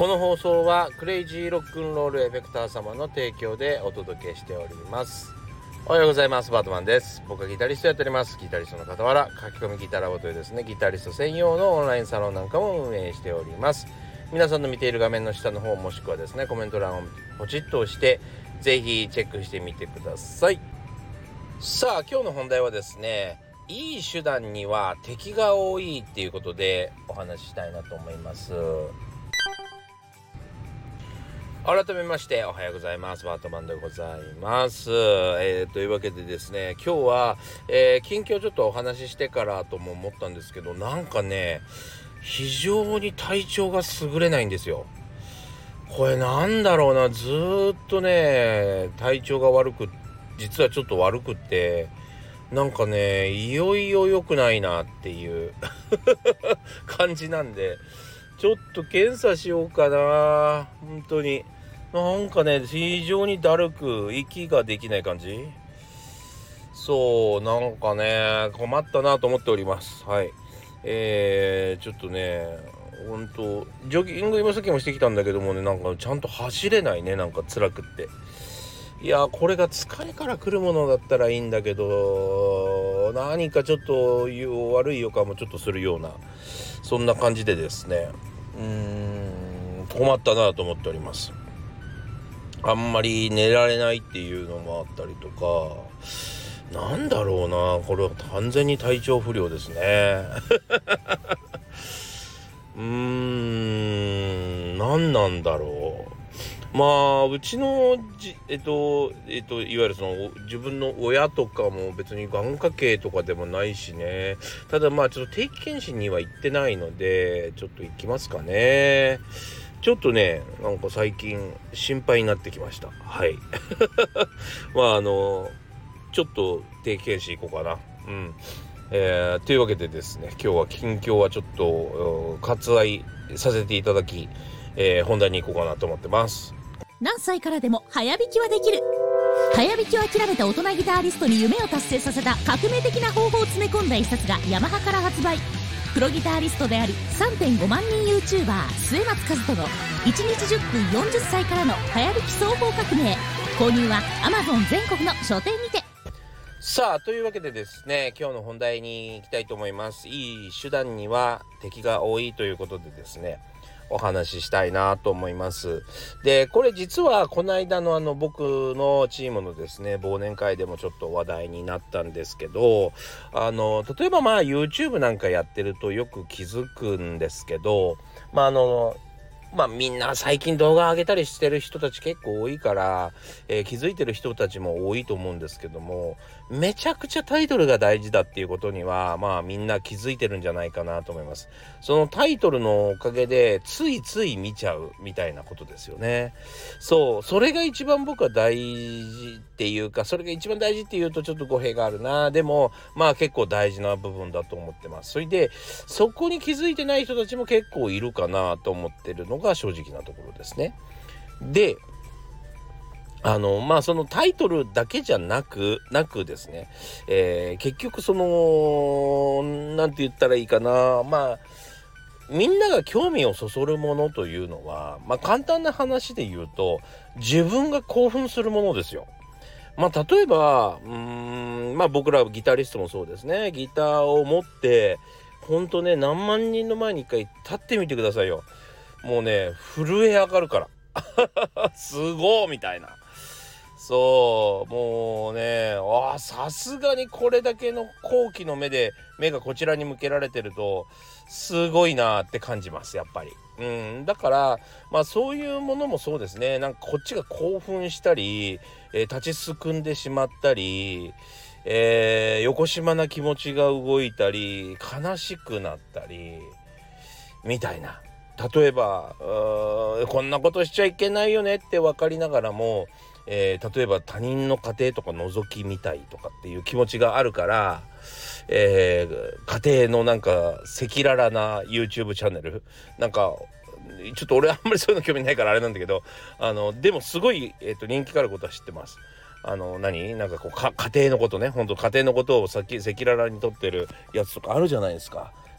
この放送はクレイジーロックンロールエフェクター様の提供でお届けしております。おはようございます。バートマンです。僕はギタリストやっております。ギタリストの傍ら書き込みギタラボというですね、ギタリスト専用のオンラインサロンなんかも運営しております。皆さんの見ている画面の下の方、もしくはですねコメント欄をポチッと押してぜひチェックしてみてください。さあ、今日の本題はですね、いい手段には敵が多いっていうことでお話ししたいなと思います。改めましておはようございます。バートマンでございます。というわけでですね、今日は、近況ちょっとお話ししてからとも思ったんですけど、なんかね非常に体調が優れないんですよ。これなんだろうな、ずーっとね体調が実はちょっと悪くって、なんかねいよいよ良くないなっていう感じなんで、ちょっと検査しようかな。本当になんかね非常にだるく息ができない感じ。そうなんかね困ったなと思っております。はい。ちょっとね本当ジョギング今さっきもしてきたんだけどもね、なんかちゃんと走れないね。なんか辛くって、いやこれが疲れから来るものだったらいいんだけど、何かちょっと悪い予感もちょっとするような、そんな感じでですね、困ったなと思っております。あんまり寝られないっていうのもあったりとか、なんだろうな、これは完全に体調不良ですね何なんだろう。まあうちのいわゆるその自分の親とかも別に眼科系とかでもないしね。ただまあちょっと定期検診には行ってないので、ちょっと行きますかね。ちょっとねなんか最近心配になってきました。はい。まあちょっと定期検診行こうかな。というわけでですね、今日は近況はちょっと割愛させていただき、本題に行こうかなと思ってます。 何歳からでも早弾きはできる。早弾きを諦めた大人ギタリストに夢を達成させた革命的な方法を詰め込んだ一冊がヤマハから発売。プロギタリストであり 3.5 万人 YouTuber 末松和人の1日10分40歳からの早弾き総合革命。購入は Amazon 全国の書店にて。 さあ、というわけでですね、今日の本題に行きたいと思います。いい手段には敵が多いということでですね、お話ししたいなと思います。で、これ実はこの間の僕のチームのですね忘年会でもちょっと話題になったんですけど、例えばまあ YouTube なんかやってるとよく気づくんですけど、みんな最近動画上げたりしてる人たち結構多いから、気づいてる人たちも多いと思うんですけども、めちゃくちゃタイトルが大事だっていうことにはまあみんな気づいてるんじゃないかなと思います。そのタイトルのおかげでついつい見ちゃうみたいなことですよね。そう、それが一番僕は大事っていうか、それが一番大事っていうとちょっと語弊があるな。でもまあ結構大事な部分だと思ってます。それでそこに気づいてない人たちも結構いるかなと思ってるのが正直なところですね。で、そのタイトルだけじゃなくですね、結局そのなんて言ったらいいかな、みんなが興味をそそるものというのは、簡単な話で言うと自分が興奮するものですよ。例えば僕らギタリストもそうですね。ギターを持ってほんとね何万人の前に一回立ってみてくださいよ。もうね震え上がるからすごーみたいな。そうもうね、さすがにこれだけの好奇の目がこちらに向けられてるとすごいなって感じます、やっぱり。だからそういうものもそうですね。なんかこっちが興奮したり、立ちすくんでしまったり、よこしまな気持ちが動いたり悲しくなったりみたいな。例えばこんなことしちゃいけないよねって分かりながらも、例えば他人の家庭とか覗き見たいとかっていう気持ちがあるから、家庭のなんか赤裸々な YouTube チャンネルなんかちょっと俺あんまりそういうの興味ないからあれなんだけど、でもすごい、人気があることは知ってます。なんかこう家庭のことね、本当家庭のことを赤裸々に撮ってるやつとかあるじゃないですか。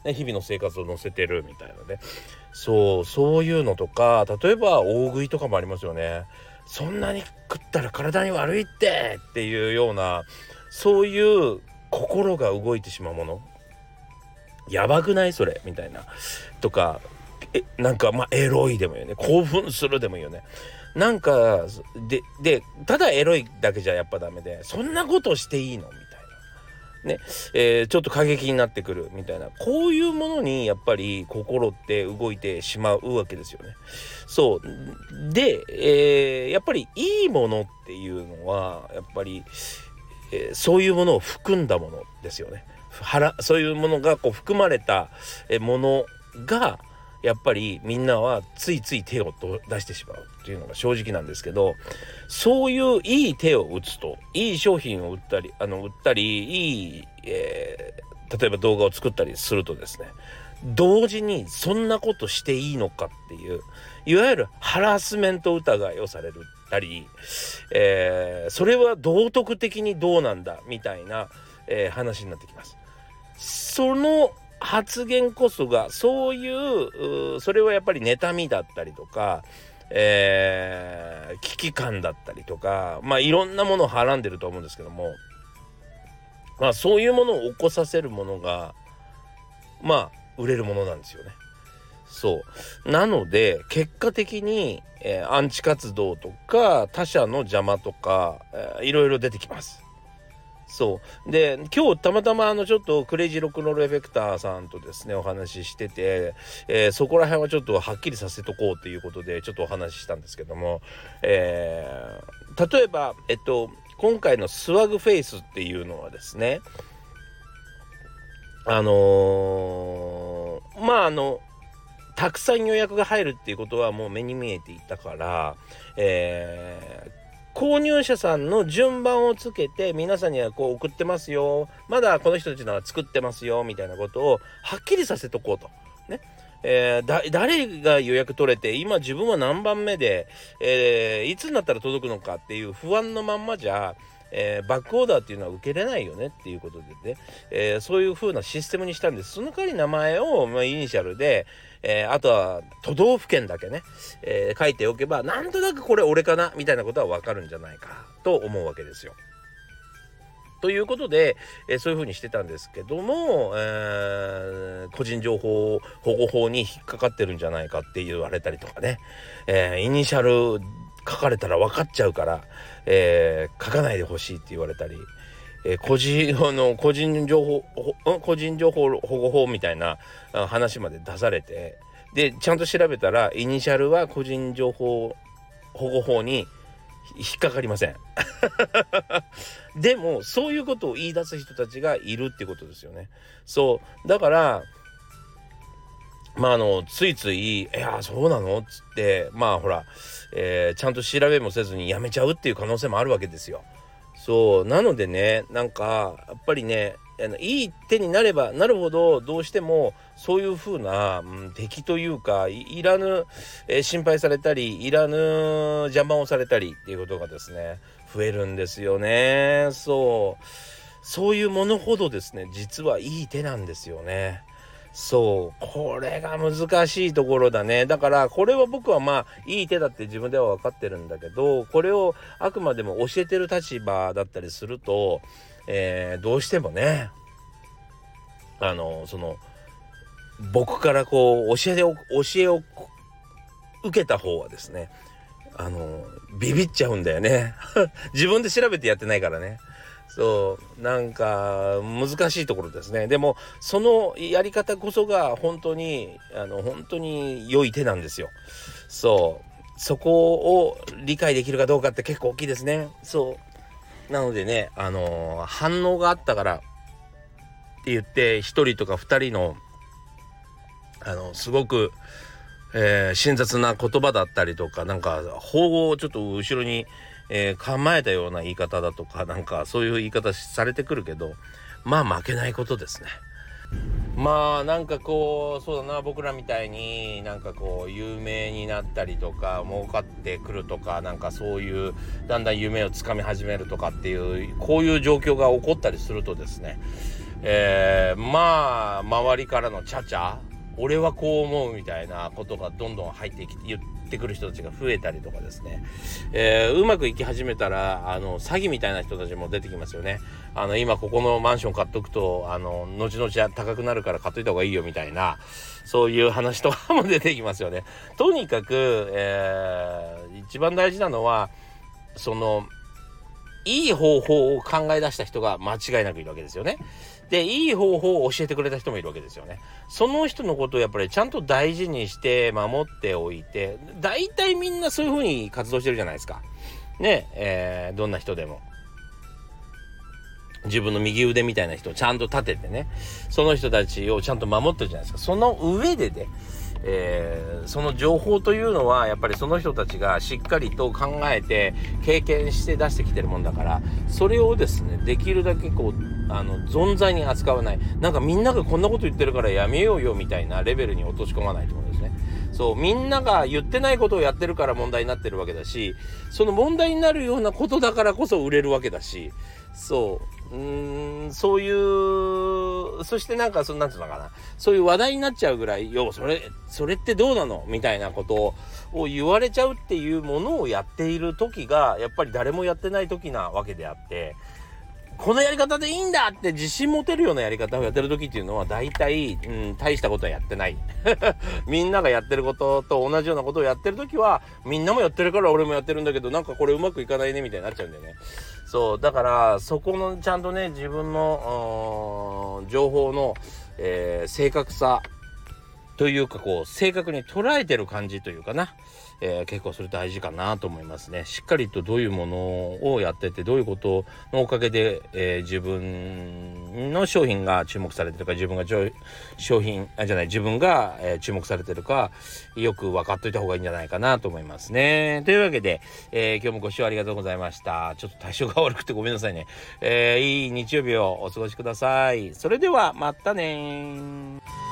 ね、日々の生活を載せてるみたいなね。そういうのとか、例えば大食いとかもありますよね。そんなに食ったら体に悪いっていうような、そういう心が動いてしまうもの、やばくないそれみたいなとか、なんかエロいでもいいよね、興奮するでもいいよね。なんかでただエロいだけじゃやっぱダメで、そんなことしていいのみたいなね、ちょっと過激になってくるみたいな、こういうものにやっぱり心って動いてしまうわけですよね。そうで、やっぱりいいものっていうのはやっぱり、そういうものを含んだものですよね。そういうものがこう含まれたものがやっぱりみんなはついつい手を出してしまうっていうのが正直なんですけど、そういういい手を打つと、いい商品を売ったりいい、例えば動画を作ったりするとですね、同時にそんなことしていいのかっていう、いわゆるハラスメント疑いをされたり、それは道徳的にどうなんだみたいな、話になってきます。その発言こそがそういうそれはやっぱり妬みだったりとか、危機感だったりとか、いろんなものをはらんでると思うんですけども、そういうものを起こさせるものが売れるものなんですよね。そうなので結果的に、アンチ活動とか他者の邪魔とか、いろいろ出てきます。そうで今日たまたまちょっとクレイジーロックンロールエフェクターさんとですねお話ししてて、そこら辺はちょっとはっきりさせとこうということでちょっとお話ししたんですけども、例えば今回のスワグフェイスっていうのはですね、たくさん予約が入るっていうことはもう目に見えていたから、購入者さんの順番をつけて皆さんにはこう送ってますよ、まだこの人たちなら作ってますよみたいなことをはっきりさせとこうとね。誰が予約取れて今自分は何番目で、いつになったら届くのかっていう不安のまんまじゃ、バックオーダーっていうのは受けれないよねっていうことでね、そういう風なシステムにしたんです。その代わり名前を、イニシャルで、あとは都道府県だけね、書いておけばなんとなくこれ俺かなみたいなことは分かるんじゃないかと思うわけですよ。ということで、そういう風にしてたんですけども、個人情報保護法に引っかかってるんじゃないかって言われたりとかね、イニシャル書かれたら分かっちゃうから、書かないでほしいって言われたり、個人情報保護法みたいな話まで出されて、でちゃんと調べたらイニシャルは個人情報保護法に引っかかりませんでもそういうことを言い出す人たちがいるってことですよね。そうだからついついそうなのっつってほら、ちゃんと調べもせずにやめちゃうっていう可能性もあるわけですよ。そうなのでね、なんかやっぱりね、いい手になればなるほどどうしてもそういう風な、敵というかいらぬ、心配されたりいらぬ邪魔をされたりっていうことがですね増えるんですよね。そういうものほどですね実はいい手なんですよね。これが難しいところだね。だからこれは僕はいい手だって自分では分かってるんだけど、これをあくまでも教えてる立場だったりすると、どうしてもね僕からこう教えを受けた方はですねビビっちゃうんだよね自分で調べてやってないからね。なんか難しいところですね。でもそのやり方こそが本当に良い手なんですよ。そこを理解できるかどうかって結構大きいですね。なのでね、反応があったからって言って1人とか2人のすごく、辛雑な言葉だったりとか、なんか法語をちょっと後ろに構えたような言い方だとか、なんかそういう言い方されてくるけど負けないことですね。なんかこうそうだな、僕らみたいになんかこう有名になったりとか儲かってくるとか、なんかそういうだんだん夢をつかみ始めるとかっていうこういう状況が起こったりするとですね、 まあ周りからのチャチャ俺はこう思うみたいなことがどんどん入ってきて言ってくる人たちが増えたりとかですね、うまくいき始めたら詐欺みたいな人たちも出てきますよね。今ここのマンション買っとくと後々高くなるから買っといた方がいいよみたいな、そういう話とかも出てきますよね。とにかく、一番大事なのはそのいい方法を考え出した人が間違いなくいるわけですよね。で、いい方法を教えてくれた人もいるわけですよね。その人のことをやっぱりちゃんと大事にして守っておいて、大体みんなそういう風に活動してるじゃないですか。ね、どんな人でも。自分の右腕みたいな人をちゃんと立ててね、その人たちをちゃんと守ってるじゃないですか。その上でね、その情報というのはやっぱりその人たちがしっかりと考えて経験して出してきてるもんだから、それをですねできるだけこう存在に扱わない、なんかみんながこんなこと言ってるからやめようよみたいなレベルに落とし込まないってことですね。そう、みんなが言ってないことをやってるから問題になってるわけだし、その問題になるようなことだからこそ売れるわけだし、そういう、そしてなんかなんていうのかな、そういう話題になっちゃうぐらい、それってどうなのみたいなことを言われちゃうっていうものをやっている時がやっぱり誰もやってない時なわけであって、このやり方でいいんだって自信持てるようなやり方をやってる時っていうのは大体、大したことはやってないみんながやってることと同じようなことをやってる時は、みんなもやってるから俺もやってるんだけど、なんかこれうまくいかないねみたいになっちゃうんだよね。そうだからそこのちゃんとね自分の情報の、正確さというか、こう正確に捉えてる感じというかな、結構それ大事かなと思いますね。しっかりとどういうものをやってて、どういうことのおかげで、自分の商品が注目されてるか、自分が自分が、注目されてるかよく分かっといた方がいいんじゃないかなと思いますね。というわけで、今日もご視聴ありがとうございました。ちょっと体調が悪くてごめんなさいね。いい日曜日をお過ごしください。それではまたね。